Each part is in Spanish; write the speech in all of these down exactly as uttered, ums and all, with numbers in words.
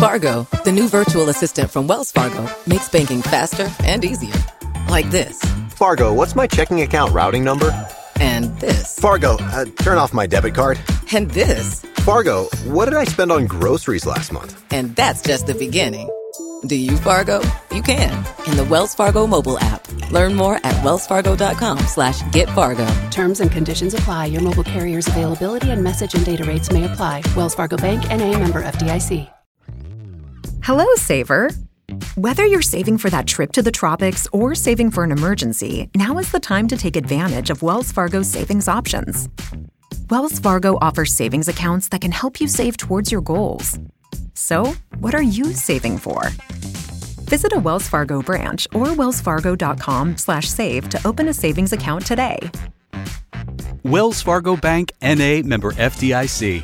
Fargo, the new virtual assistant from Wells Fargo, makes banking faster and easier. Like this. Fargo, what's my checking account routing number? And this. Fargo, uh, turn off my debit card. And this. Fargo, what did I spend on groceries last month? And that's just the beginning. Do you, Fargo? You can. In the Wells Fargo mobile app. Learn more at wellsfargo.com slash get Fargo. Terms and conditions apply. Your mobile carrier's availability and message and data rates may apply. Wells Fargo Bank, N A, member F D I C. Hello, saver. Whether you're saving for that trip to the tropics or saving for an emergency, now is the time to take advantage of Wells Fargo's savings options. Wells Fargo offers savings accounts that can help you save towards your goals. So, what are you saving for? Visit a Wells Fargo branch or wellsfargo.com slash save to open a savings account today. Wells Fargo Bank, N A, member F D I C.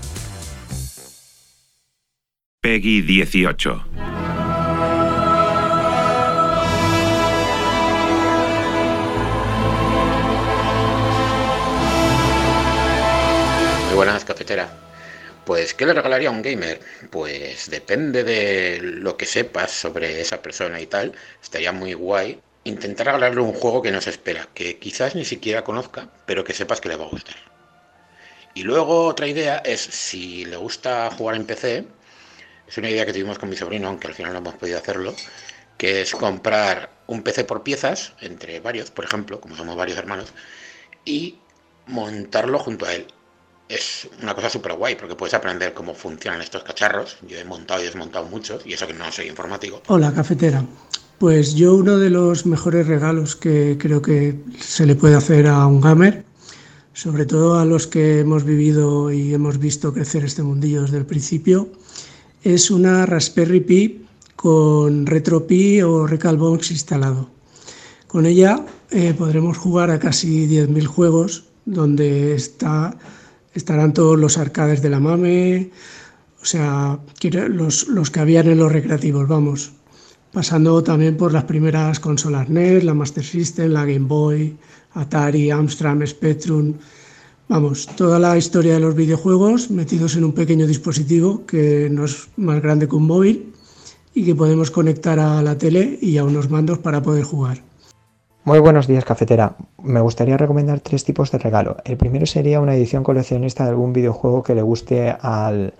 Peggy dieciocho. Muy buenas, cafetera. Pues, ¿qué le regalaría a un gamer? Pues depende de lo que sepas sobre esa persona y tal. Estaría muy guay intentar regalarle un juego que no se espera, que quizás ni siquiera conozca, pero que sepas que le va a gustar. Y luego otra idea es, si le gusta jugar en P C, es una idea que tuvimos con mi sobrino, aunque al final no hemos podido hacerlo, que es comprar un P C por piezas, entre varios, por ejemplo, como somos varios hermanos, y montarlo junto a él. Es una cosa súper guay, porque puedes aprender cómo funcionan estos cacharros. Yo he montado y desmontado muchos, y eso que no soy informático. Hola, cafetera. Pues yo uno de los mejores regalos que creo que se le puede hacer a un gamer, sobre todo a los que hemos vivido y hemos visto crecer este mundillo desde el principio, es una Raspberry Pi con RetroPie o Recalbox instalado. Con ella eh, podremos jugar a casi diez mil juegos, donde está... estarán todos los arcades de la MAME, o sea, los, los que habían en los recreativos, vamos. Pasando también por las primeras consolas N E S, la Master System, la Game Boy, Atari, Amstrad, Spectrum. Vamos, toda la historia de los videojuegos metidos en un pequeño dispositivo que no es más grande que un móvil y que podemos conectar a la tele y a unos mandos para poder jugar. Muy buenos días, cafetera. Me gustaría recomendar tres tipos de regalo. El primero sería una edición coleccionista de algún videojuego que le guste al,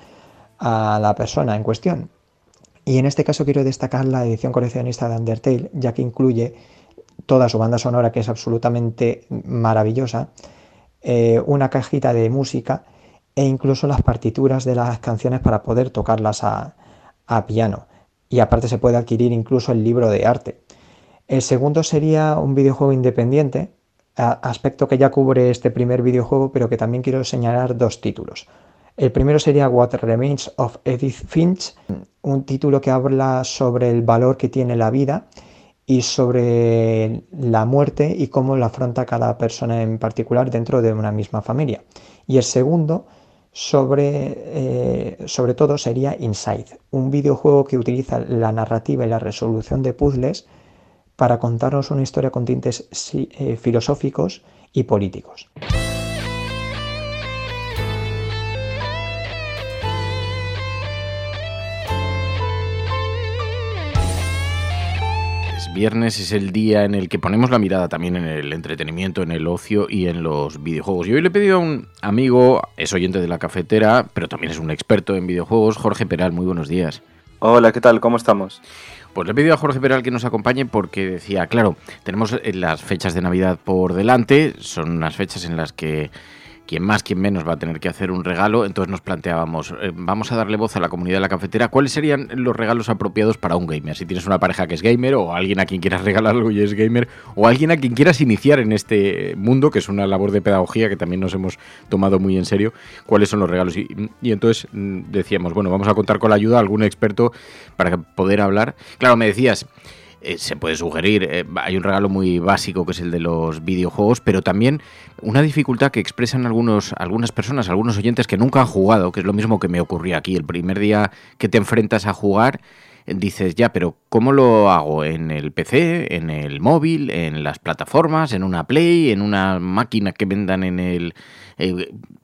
a la persona en cuestión. Y en este caso quiero destacar la edición coleccionista de Undertale, ya que incluye toda su banda sonora, que es absolutamente maravillosa, eh, una cajita de música e incluso las partituras de las canciones para poder tocarlas a, a piano. Y aparte se puede adquirir incluso el libro de arte. El segundo sería un videojuego independiente, aspecto que ya cubre este primer videojuego, pero que también quiero señalar dos títulos. El primero sería What Remains of Edith Finch, un título que habla sobre el valor que tiene la vida y sobre la muerte y cómo la afronta cada persona en particular dentro de una misma familia. Y el segundo, sobre, eh, sobre todo, sería Inside, un videojuego que utiliza la narrativa y la resolución de puzzles para contarnos una historia con tintes eh, filosóficos y políticos. Es viernes, es el día en el que ponemos la mirada también en el entretenimiento, en el ocio y en los videojuegos. Y hoy le he pedido a un amigo, es oyente de la cafetera, pero también es un experto en videojuegos, Jorge Peral. Muy buenos días. Hola, ¿qué tal? ¿Cómo estamos? Pues le he pedido a Jorge Peral que nos acompañe porque decía, claro, tenemos las fechas de Navidad por delante, son unas fechas en las que quien más, quien menos va a tener que hacer un regalo, entonces nos planteábamos, eh, vamos a darle voz a la comunidad de la cafetera, ¿cuáles serían los regalos apropiados para un gamer? Si tienes una pareja que es gamer, o alguien a quien quieras regalar algo y es gamer, o alguien a quien quieras iniciar en este mundo, que es una labor de pedagogía que también nos hemos tomado muy en serio, ¿cuáles son los regalos? Y, y entonces decíamos, bueno, vamos a contar con la ayuda de algún experto para poder hablar. Claro, me decías... Eh, se puede sugerir, eh, hay un regalo muy básico que es el de los videojuegos, pero también una dificultad que expresan algunos, algunas personas, algunos oyentes que nunca han jugado, que es lo mismo que me ocurrió aquí. El primer día que te enfrentas a jugar, eh, dices, ya, pero ¿cómo lo hago? ¿En el P C? ¿En el móvil? ¿En las plataformas? ¿En una Play? ¿En una máquina que vendan en el...? Eh,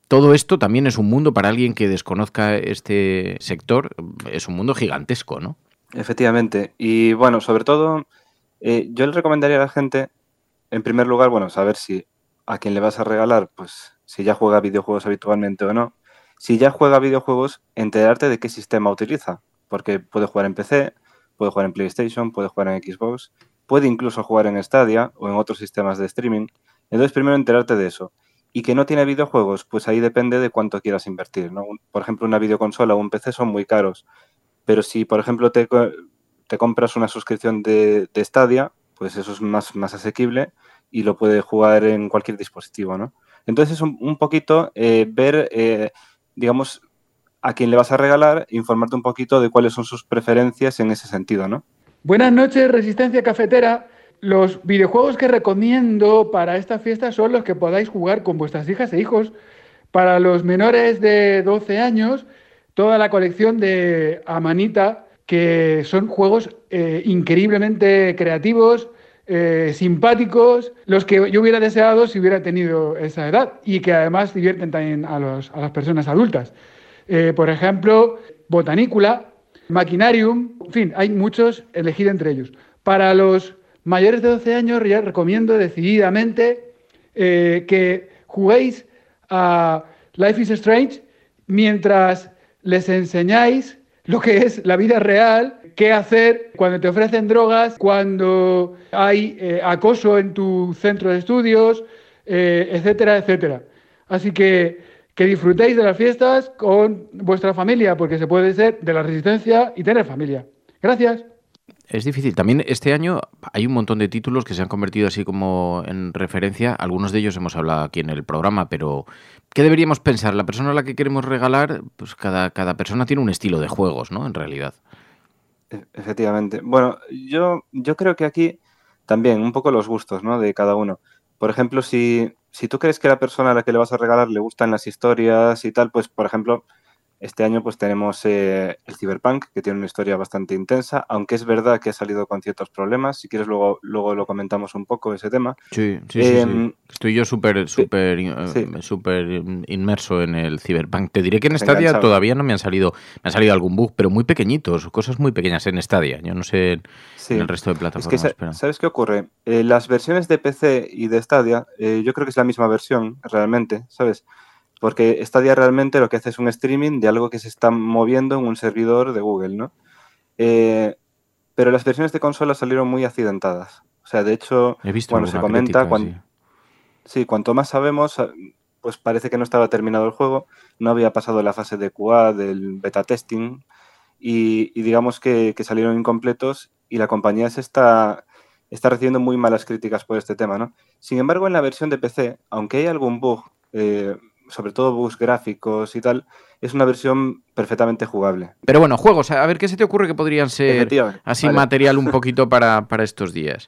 todo esto también es un mundo para alguien que desconozca este sector, es un mundo gigantesco, ¿no? Efectivamente. Y bueno, sobre todo, eh, yo le recomendaría a la gente, en primer lugar, bueno, saber si a quien le vas a regalar, pues si ya juega videojuegos habitualmente o no. Si ya juega videojuegos, enterarte de qué sistema utiliza, porque puede jugar en P C, puede jugar en PlayStation, puede jugar en Xbox, puede incluso jugar en Stadia o en otros sistemas de streaming. Entonces, primero enterarte de eso. Y que no tiene videojuegos, pues ahí depende de cuánto quieras invertir, ¿no? Por ejemplo, una videoconsola o un P C son muy caros, pero si, por ejemplo, te, te compras una suscripción de, de Stadia, pues eso es más, más asequible y lo puede jugar en cualquier dispositivo, ¿no? Entonces, es un, un poquito eh, ver... Eh, digamos, a quién le vas a regalar, informarte un poquito de cuáles son sus preferencias en ese sentido, ¿no? Buenas noches, Resistencia Cafetera. Los videojuegos que recomiendo para esta fiesta son los que podáis jugar con vuestras hijas e hijos. Para los menores de doce años, toda la colección de Amanita, que son juegos eh, increíblemente creativos, Eh, simpáticos, los que yo hubiera deseado si hubiera tenido esa edad y que además divierten también a, los, a las personas adultas. Eh, por ejemplo, Botanicula, Machinarium, en fin, hay muchos, elegid entre ellos. Para los mayores de doce años ya recomiendo decididamente eh, que juguéis a Life is Strange mientras les enseñáis lo que es la vida real, qué hacer cuando te ofrecen drogas, cuando hay eh, acoso en tu centro de estudios, eh, etcétera, etcétera. Así que que disfrutéis de las fiestas con vuestra familia, porque se puede ser de la Resistencia y tener familia. Gracias. Es difícil. También este año hay un montón de títulos que se han convertido así como en referencia. Algunos de ellos hemos hablado aquí en el programa, pero ¿qué deberíamos pensar? La persona a la que queremos regalar, pues cada, cada persona tiene un estilo de juegos, ¿no? En realidad. Efectivamente. Bueno, yo, yo creo que aquí también un poco los gustos, ¿no? De cada uno. Por ejemplo, si, si tú crees que a la persona a la que le vas a regalar le gustan las historias y tal, pues, por ejemplo, este año pues tenemos eh, el Cyberpunk, que tiene una historia bastante intensa, aunque es verdad que ha salido con ciertos problemas. Si quieres, luego, luego lo comentamos un poco, ese tema. Sí, sí, eh, sí, sí. Estoy yo súper súper sí. súper inmerso en el Cyberpunk. Te diré que en Stadia enganchado. Todavía no me han salido, me han salido algún bug, pero muy pequeñitos, cosas muy pequeñas en Stadia. Yo no sé sí. en el resto de plataformas. Es que, pero... ¿sabes qué ocurre? Eh, las versiones de P C y de Stadia, eh, yo creo que es la misma versión, realmente, ¿sabes? Porque Stadia realmente lo que hace es un streaming de algo que se está moviendo en un servidor de Google, ¿no? Eh, pero las versiones de consola salieron muy accidentadas. O sea, de hecho, He visto bueno, se comenta, crítica, cuan, sí. sí, cuanto más sabemos, pues parece que no estaba terminado el juego, no había pasado la fase de Q A, del beta testing, y, y digamos que, que salieron incompletos y la compañía se está, está recibiendo muy malas críticas por este tema, ¿no? Sin embargo, en la versión de P C, aunque hay algún bug, eh, sobre todo bugs gráficos y tal, es una versión perfectamente jugable. Pero bueno, juegos, a ver, ¿qué se te ocurre que podrían ser así vale. material un poquito para, para estos días?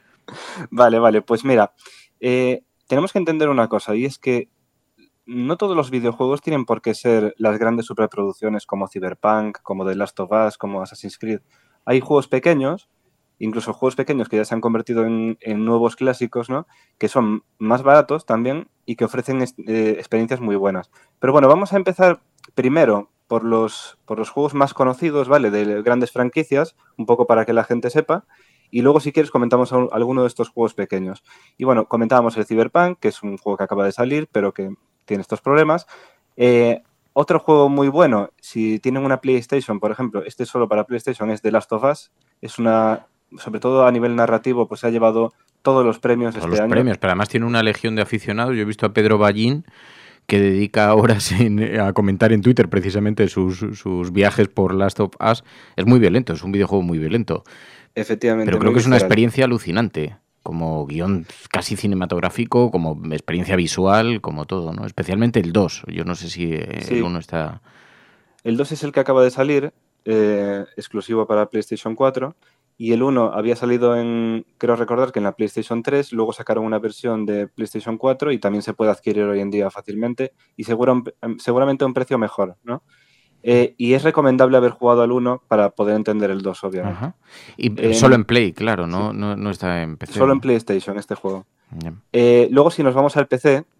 Vale, vale, pues mira, eh, tenemos que entender una cosa, y es que no todos los videojuegos tienen por qué ser las grandes superproducciones como Cyberpunk, como The Last of Us, como Assassin's Creed. Hay juegos pequeños, incluso juegos pequeños que ya se han convertido en, en nuevos clásicos, ¿no? Que son más baratos también y que ofrecen eh, experiencias muy buenas. Pero bueno, vamos a empezar primero por los, por los juegos más conocidos, ¿vale? De grandes franquicias, un poco para que la gente sepa. Y luego, si quieres, comentamos alguno de estos juegos pequeños. Y bueno, comentábamos el Cyberpunk, que es un juego que acaba de salir, pero que tiene estos problemas. Eh, otro juego muy bueno, si tienen una PlayStation, por ejemplo, este solo para PlayStation, es The Last of Us. Es una... sobre todo a nivel narrativo, pues se ha llevado todos los premios todos este los año. premios, pero además tiene una legión de aficionados. Yo he visto a Pedro Ballín, que dedica horas en, a comentar en Twitter precisamente sus, sus viajes por Last of Us. Es muy violento, es un videojuego muy violento. Efectivamente. Pero creo que visceral. Es una experiencia alucinante, como guión casi cinematográfico, como experiencia visual, como todo, ¿no? Especialmente el dos. Yo no sé si sí. el uno está... El dos es el que acaba de salir, eh, exclusivo para PlayStation cuatro. Y el uno había salido en, creo recordar que en la PlayStation tres, luego sacaron una versión de PlayStation cuatro y también se puede adquirir hoy en día fácilmente y seguro, seguramente a un precio mejor, ¿no? Eh, y es recomendable haber jugado al uno para poder entender el dos, obviamente. Ajá. Y eh, solo en Play, claro, ¿no? Sí. No, no está en P C. Solo en PlayStation este juego. Yeah. Eh, luego, si nos vamos al P C,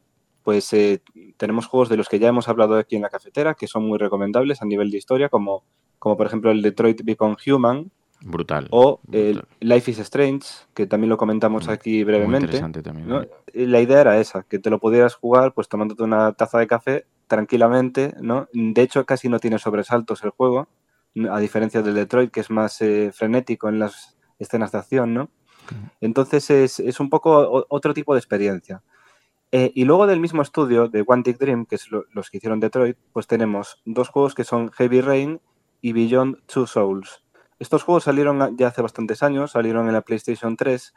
pues eh, tenemos juegos de los que ya hemos hablado aquí en la cafetera, que son muy recomendables a nivel de historia, como, como por ejemplo el Detroit Become Human. Brutal. O brutal. el Life is Strange, que también lo comentamos aquí brevemente. Muy interesante también. ¿no? La idea era esa, que te lo pudieras jugar pues tomándote una taza de café tranquilamente, ¿no? De hecho, casi no tiene sobresaltos el juego, a diferencia del Detroit, que es más eh, frenético en las escenas de acción, ¿no? Entonces es, es un poco otro tipo de experiencia. Eh, y luego del mismo estudio de Quantic Dream, que es lo, los que hicieron Detroit, pues tenemos dos juegos que son Heavy Rain y Beyond Two Souls. Estos juegos salieron ya hace bastantes años, salieron en la PlayStation tres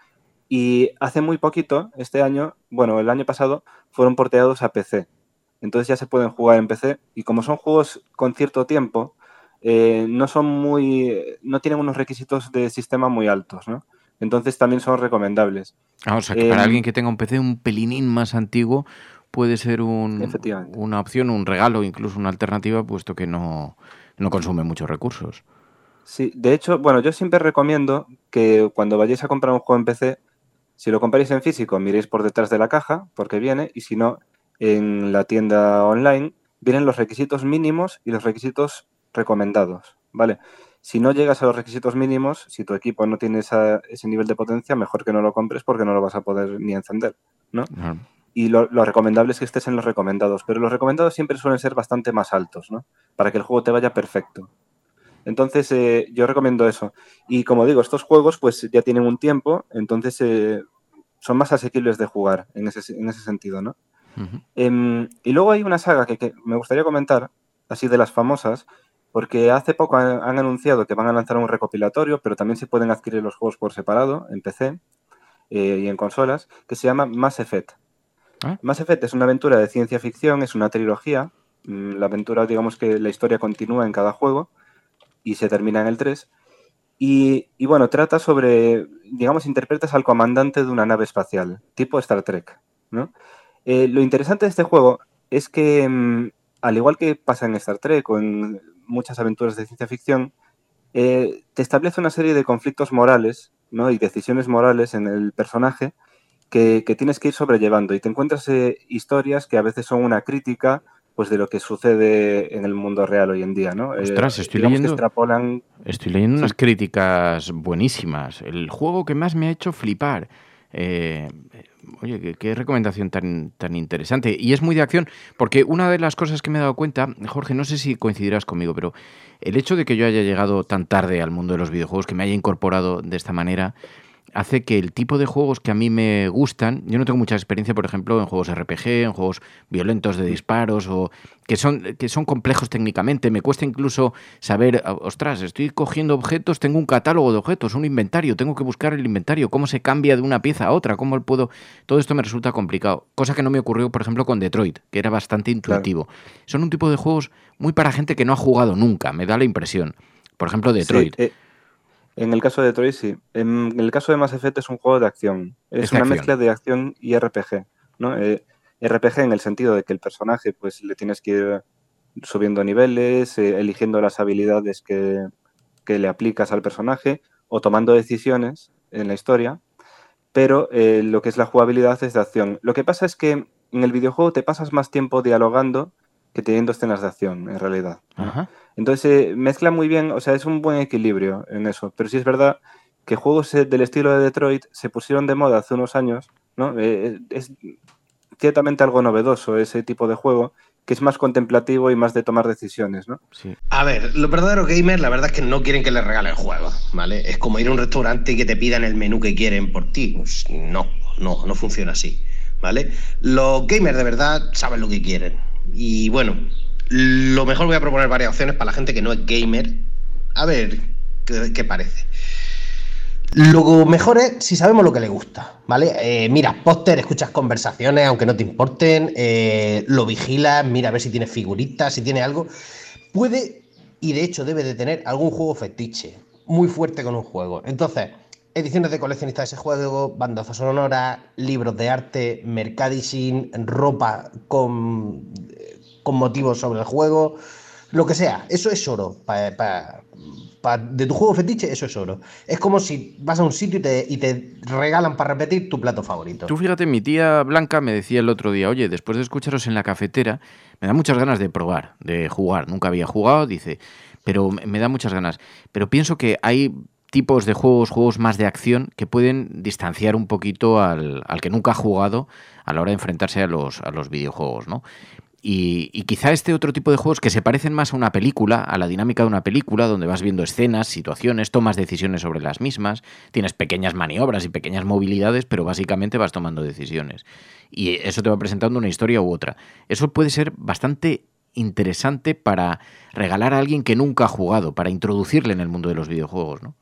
y hace muy poquito, este año, bueno, el año pasado, fueron porteados a P C. Entonces ya se pueden jugar en P C y como son juegos con cierto tiempo, eh, no son muy, no tienen unos requisitos de sistema muy altos, ¿no? Entonces también son recomendables. Ah, o sea, que eh, para alguien que tenga un P C un pelinín más antiguo puede ser un, una opción, un regalo, incluso una alternativa, puesto que no, no consume muchos recursos. Sí, de hecho, bueno, yo siempre recomiendo que cuando vayáis a comprar un juego en P C, si lo compráis en físico, miréis por detrás de la caja, porque viene, y si no, en la tienda online vienen los requisitos mínimos y los requisitos recomendados, ¿vale? Si no llegas a los requisitos mínimos, si tu equipo no tiene esa, ese nivel de potencia, mejor que no lo compres porque no lo vas a poder ni encender, ¿no? Ah. Y lo, lo recomendable es que estés en los recomendados, pero los recomendados siempre suelen ser bastante más altos, ¿no? Para que el juego te vaya perfecto. Entonces, eh, yo recomiendo eso. Y como digo, estos juegos pues ya tienen un tiempo, entonces eh, son más asequibles de jugar en ese, en ese sentido, ¿no? Uh-huh. Eh, y luego hay una saga que, que me gustaría comentar, así de las famosas, porque hace poco han, han anunciado que van a lanzar un recopilatorio, pero también se pueden adquirir los juegos por separado en P C eh, y en consolas, que se llama Mass Effect. ¿Ah? Mass Effect es una aventura de ciencia ficción, es una trilogía. La aventura, digamos que la historia continúa en cada juego y se termina en el tres. Y, y bueno, trata sobre, digamos, interpretas al comandante de una nave espacial, tipo Star Trek, ¿no? Eh, lo interesante de este juego es que, mmm, al igual que pasa en Star Trek o en muchas aventuras de ciencia ficción, eh, te establece una serie de conflictos morales, ¿no? Y decisiones morales en el personaje que, que tienes que ir sobrellevando. Y te encuentras eh, historias que a veces son una crítica pues de lo que sucede en el mundo real hoy en día, ¿no? Ostras, eh, estoy leyendo, extrapolan... estoy leyendo sí. unas críticas buenísimas. El juego que más me ha hecho flipar. Eh, oye, qué, qué recomendación tan, tan interesante. Y es muy de acción, porque una de las cosas que me he dado cuenta, Jorge, no sé si coincidirás conmigo, pero el hecho de que yo haya llegado tan tarde al mundo de los videojuegos, que me haya incorporado de esta manera, hace que el tipo de juegos que a mí me gustan, yo no tengo mucha experiencia, por ejemplo, en juegos R P G, en juegos violentos de disparos, o que son, que son complejos técnicamente, me cuesta incluso saber, ostras, estoy cogiendo objetos, tengo un catálogo de objetos, un inventario, tengo que buscar el inventario, cómo se cambia de una pieza a otra, cómo puedo... Todo esto me resulta complicado, cosa que no me ocurrió, por ejemplo, con Detroit, que era bastante intuitivo. Claro. Son un tipo de juegos muy para gente que no ha jugado nunca, me da la impresión. Por ejemplo, Detroit. Sí, eh... En el caso de Detroit, sí. En el caso de Mass Effect es un juego de acción. Es, es una acción. mezcla de acción y R P G, ¿no? Eh, R P G en el sentido de que el personaje pues le tienes que ir subiendo niveles, eh, eligiendo las habilidades que, que le aplicas al personaje o tomando decisiones en la historia, pero eh, lo que es la jugabilidad es de acción. Lo que pasa es que en el videojuego te pasas más tiempo dialogando que teniendo escenas de acción, en realidad, ¿no? Ajá. Entonces eh, mezcla muy bien, o sea, es un buen equilibrio en eso. Pero sí es verdad que juegos eh, del estilo de Detroit se pusieron de moda hace unos años, ¿no? Eh, es ciertamente algo novedoso ese tipo de juego, que es más contemplativo y más de tomar decisiones, ¿no? Sí. A ver, los verdaderos gamers la verdad es que no quieren que les regalen juegos, ¿vale? Es como ir a un restaurante y que te pidan el menú que quieren por ti. Pues no, no, no funciona así, ¿vale? Los gamers de verdad saben lo que quieren. Y bueno, lo mejor voy a proponer varias opciones para la gente que no es gamer. A ver qué, qué parece. Lo mejor es si sabemos lo que le gusta, ¿vale? Eh, miras póster, escuchas conversaciones, aunque no te importen, eh, lo vigilas, mira a ver si tiene figuritas, si tiene algo. Puede, y de hecho debe de tener, algún juego fetiche muy fuerte con un juego. Entonces, ediciones de coleccionista de ese juego, bandas sonoras, libros de arte, merchandising, ropa con, con motivos sobre el juego, lo que sea. Eso es oro para pa, Pa, de tu juego fetiche, eso es oro. Es como si vas a un sitio y te, y te regalan para repetir tu plato favorito. Tú fíjate, mi tía Blanca me decía el otro día, oye, después de escucharos en la cafetera, me da muchas ganas de probar, de jugar. Nunca había jugado, dice, pero me da muchas ganas. Pero pienso que hay tipos de juegos, juegos más de acción, que pueden distanciar un poquito al, al que nunca ha jugado a la hora de enfrentarse a los, a los videojuegos, ¿no? Y, y quizá este otro tipo de juegos que se parecen más a una película, a la dinámica de una película, donde vas viendo escenas, situaciones, tomas decisiones sobre las mismas, tienes pequeñas maniobras y pequeñas movilidades, pero básicamente vas tomando decisiones. Y eso te va presentando una historia u otra. Eso puede ser bastante interesante para regalar a alguien que nunca ha jugado, para introducirle en el mundo de los videojuegos, ¿no?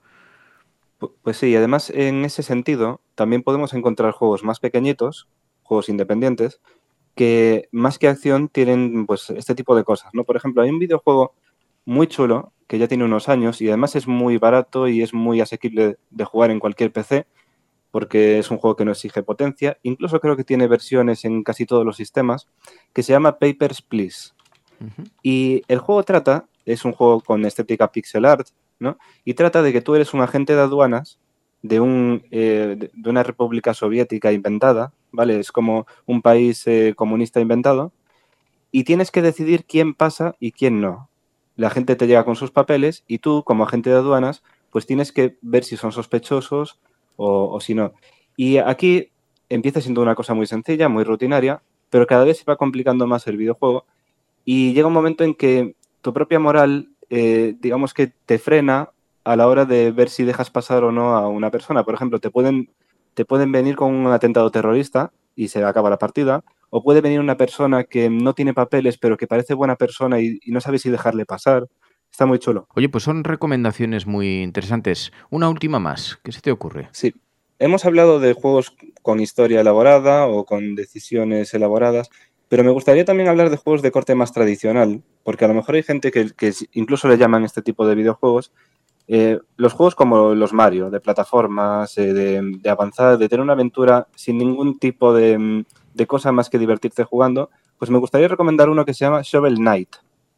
Pues sí, además en ese sentido también podemos encontrar juegos más pequeñitos, juegos independientes, que más que acción tienen pues este tipo de cosas, ¿no? Por ejemplo, hay un videojuego muy chulo que ya tiene unos años y además es muy barato y es muy asequible de jugar en cualquier P C porque es un juego que no exige potencia. Incluso creo que tiene versiones en casi todos los sistemas, que se llama Papers, Please. Uh-huh. Y el juego trata, es un juego con estética pixel art, ¿no? Y trata de que tú eres un agente de aduanas de, un, eh, de una república soviética inventada, ¿vale? Es como un país eh, comunista inventado y tienes que decidir quién pasa y quién no. La gente te llega con sus papeles y tú, como agente de aduanas, pues tienes que ver si son sospechosos o, o si no. Y aquí empieza siendo una cosa muy sencilla, muy rutinaria, pero cada vez se va complicando más el videojuego y llega un momento en que tu propia moral, eh, digamos que te frena a la hora de ver si dejas pasar o no a una persona. Por ejemplo, te pueden, te pueden venir con un atentado terrorista y se acaba la partida, o puede venir una persona que no tiene papeles pero que parece buena persona y, y no sabes si dejarle pasar. Está muy chulo. Oye, pues son recomendaciones muy interesantes. Una última más, ¿qué se te ocurre? Sí, hemos hablado de juegos con historia elaborada o con decisiones elaboradas, pero me gustaría también hablar de juegos de corte más tradicional, porque a lo mejor hay gente que, que incluso le llaman este tipo de videojuegos. Eh, los juegos como los Mario, de plataformas, eh, de, de avanzar, de tener una aventura sin ningún tipo de, de cosa más que divertirte jugando, pues me gustaría recomendar uno que se llama Shovel Knight,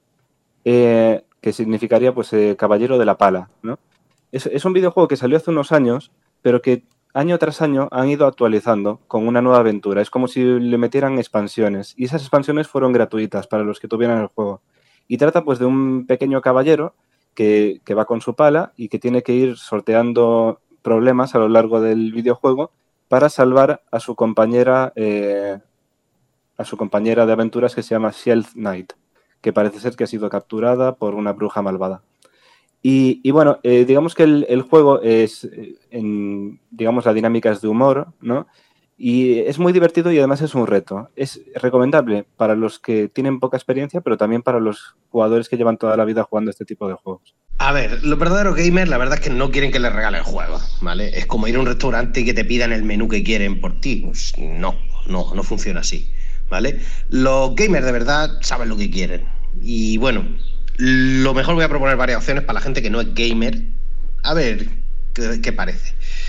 eh, que significaría pues eh, caballero de la pala, ¿no? Es, es un videojuego que salió hace unos años, pero que año tras año han ido actualizando con una nueva aventura. Es como si le metieran expansiones, y esas expansiones fueron gratuitas para los que tuvieran el juego. Y trata pues de un pequeño caballero Que, que va con su pala y que tiene que ir sorteando problemas a lo largo del videojuego para salvar a su compañera eh, a su compañera de aventuras que se llama Shield Knight, que parece ser que ha sido capturada por una bruja malvada. Y, y bueno, eh, digamos que el, el juego es, en, digamos, la dinámica es de humor, ¿no? Y es muy divertido y además es un reto. Es recomendable para los que tienen poca experiencia, pero también para los jugadores que llevan toda la vida jugando este tipo de juegos. A ver, los verdaderos gamers la verdad es que no quieren que les regalen juegos, ¿vale? Es como ir a un restaurante y que te pidan el menú que quieren por ti. Pues no, no, no funciona así, ¿vale? Los gamers de verdad saben lo que quieren. Y bueno, lo mejor voy a proponer varias opciones para la gente que no es gamer. A ver qué, qué parece.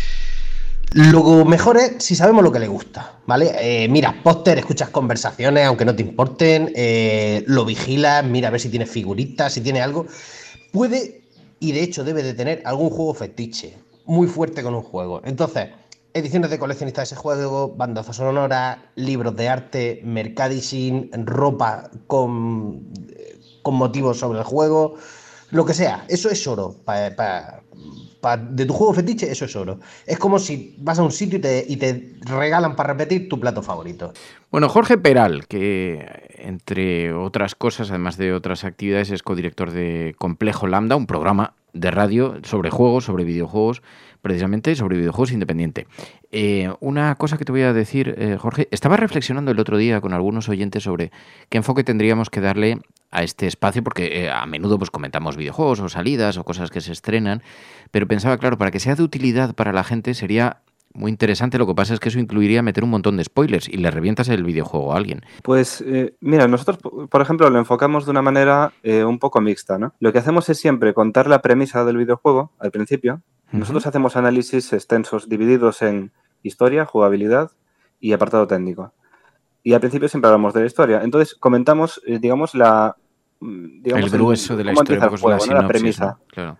Lo mejor es si sabemos lo que le gusta, ¿vale? Eh, miras póster, escuchas conversaciones, aunque no te importen, eh, lo vigilas, mira a ver si tiene figuritas, si tiene algo. Puede, y de hecho debe de tener, algún juego fetiche muy fuerte con un juego. Entonces, ediciones de coleccionista de ese juego, bandas sonoras, libros de arte, merchandising, ropa con, con motivos sobre el juego, lo que sea. Eso es oro para... Pa, pa, de tu juego fetiche, eso es oro. Es como si vas a un sitio y te, y te regalan para repetir tu plato favorito. Bueno, Jorge Peral, que entre otras cosas, además de otras actividades, es codirector de Complejo Lambda, un programa de radio sobre juegos, sobre videojuegos, precisamente sobre videojuegos independiente. Eh, una cosa que te voy a decir, eh, Jorge, estaba reflexionando el otro día con algunos oyentes sobre qué enfoque tendríamos que darle a este espacio, porque eh, a menudo pues comentamos videojuegos o salidas o cosas que se estrenan, pero pensaba, claro, para que sea de utilidad para la gente sería muy interesante. Lo que pasa es que eso incluiría meter un montón de spoilers y le revientas el videojuego a alguien. Pues eh, mira, nosotros, por ejemplo, lo enfocamos de una manera eh, un poco mixta, ¿no? Lo que hacemos es siempre contar la premisa del videojuego al principio. Uh-huh. Nosotros hacemos análisis extensos divididos en historia, jugabilidad y apartado técnico. Y al principio siempre hablamos de la historia. Entonces comentamos, eh, digamos, la... Digamos, el grueso el, de la historia, el juego, la, sinopsis, ¿no? La premisa. ¿no? Claro.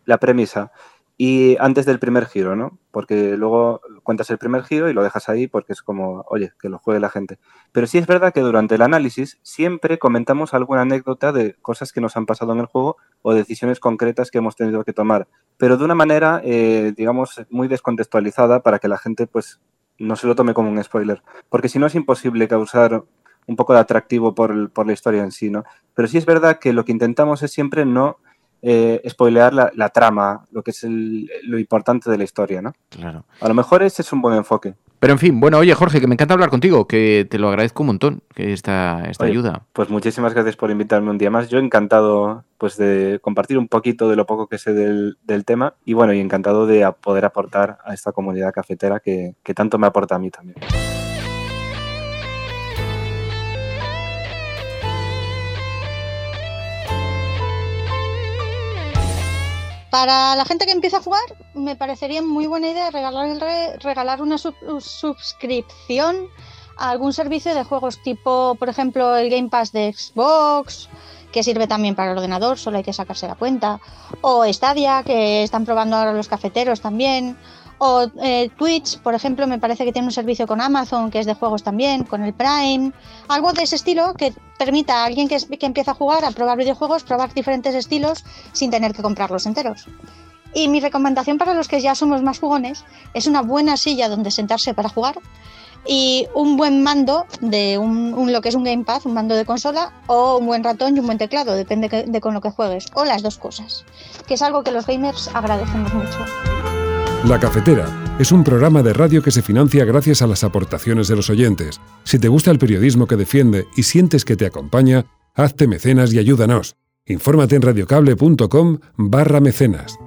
la premisa. Y antes del primer giro, ¿no? Porque luego cuentas el primer giro y lo dejas ahí porque es como, oye, que lo juegue la gente. Pero sí es verdad que durante el análisis siempre comentamos alguna anécdota de cosas que nos han pasado en el juego o decisiones concretas que hemos tenido que tomar. Pero de una manera, eh, digamos, muy descontextualizada para que la gente, pues, no se lo tome como un spoiler. Porque si no es imposible causar un poco de atractivo por, el, por la historia en sí, ¿no? Pero sí es verdad que lo que intentamos es siempre no... Eh, spoilear la, la trama, lo que es el, lo importante de la historia, ¿no? Claro. A lo mejor ese es un buen enfoque. Pero en fin, bueno, oye Jorge, que me encanta hablar contigo, que te lo agradezco un montón, que esta, esta oye, ayuda. Pues muchísimas gracias por invitarme un día más. Yo encantado pues de compartir un poquito de lo poco que sé del, del tema y bueno, y encantado de poder aportar a esta comunidad cafetera que, que tanto me aporta a mí también. Para la gente que empieza a jugar, me parecería muy buena idea regalar, regalar una sub, suscripción a algún servicio de juegos tipo, por ejemplo, el Game Pass de Xbox, que sirve también para el ordenador, solo hay que sacarse la cuenta, o Stadia, que están probando ahora los cafeteros también, o eh, Twitch, por ejemplo, me parece que tiene un servicio con Amazon, que es de juegos también, con el Prime, algo de ese estilo que permita a alguien que, que empieza a jugar, a probar videojuegos, probar diferentes estilos sin tener que comprarlos enteros. Y mi recomendación para los que ya somos más jugones es una buena silla donde sentarse para jugar y un buen mando de un, un, lo que es un gamepad, un mando de consola, o un buen ratón y un buen teclado, depende de, de con lo que juegues, o las dos cosas, que es algo que los gamers agradecemos mucho. La Cafetera es un programa de radio que se financia gracias a las aportaciones de los oyentes. Si te gusta el periodismo que defiende y sientes que te acompaña, hazte mecenas y ayúdanos. Infórmate en radiocable.com barra mecenas.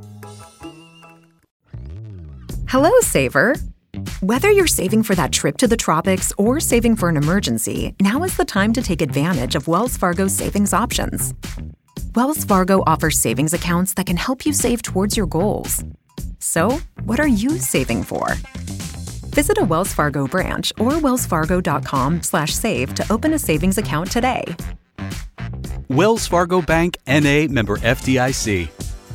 Hello, Saver. Whether you're saving for that trip to the tropics or saving for an emergency, now is the time to take advantage of Wells Fargo's savings options. Wells Fargo offers savings accounts that can help you save towards your goals. So, what are you saving for? Visit a Wells Fargo branch or wellsfargo.com slash save to open a savings account today. Wells Fargo Bank, N A, member F D I C.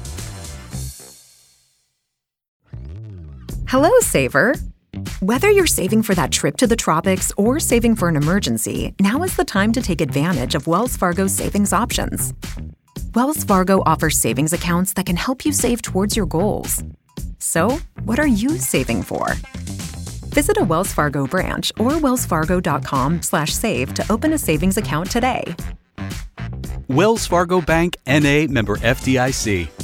Hello, Saver. Whether you're saving for that trip to the tropics or saving for an emergency, now is the time to take advantage of Wells Fargo's savings options. Wells Fargo offers savings accounts that can help you save towards your goals. So, what are you saving for? Visit a Wells Fargo branch or wellsfargo.com slash save to open a savings account today. Wells Fargo Bank, N A, member F D I C.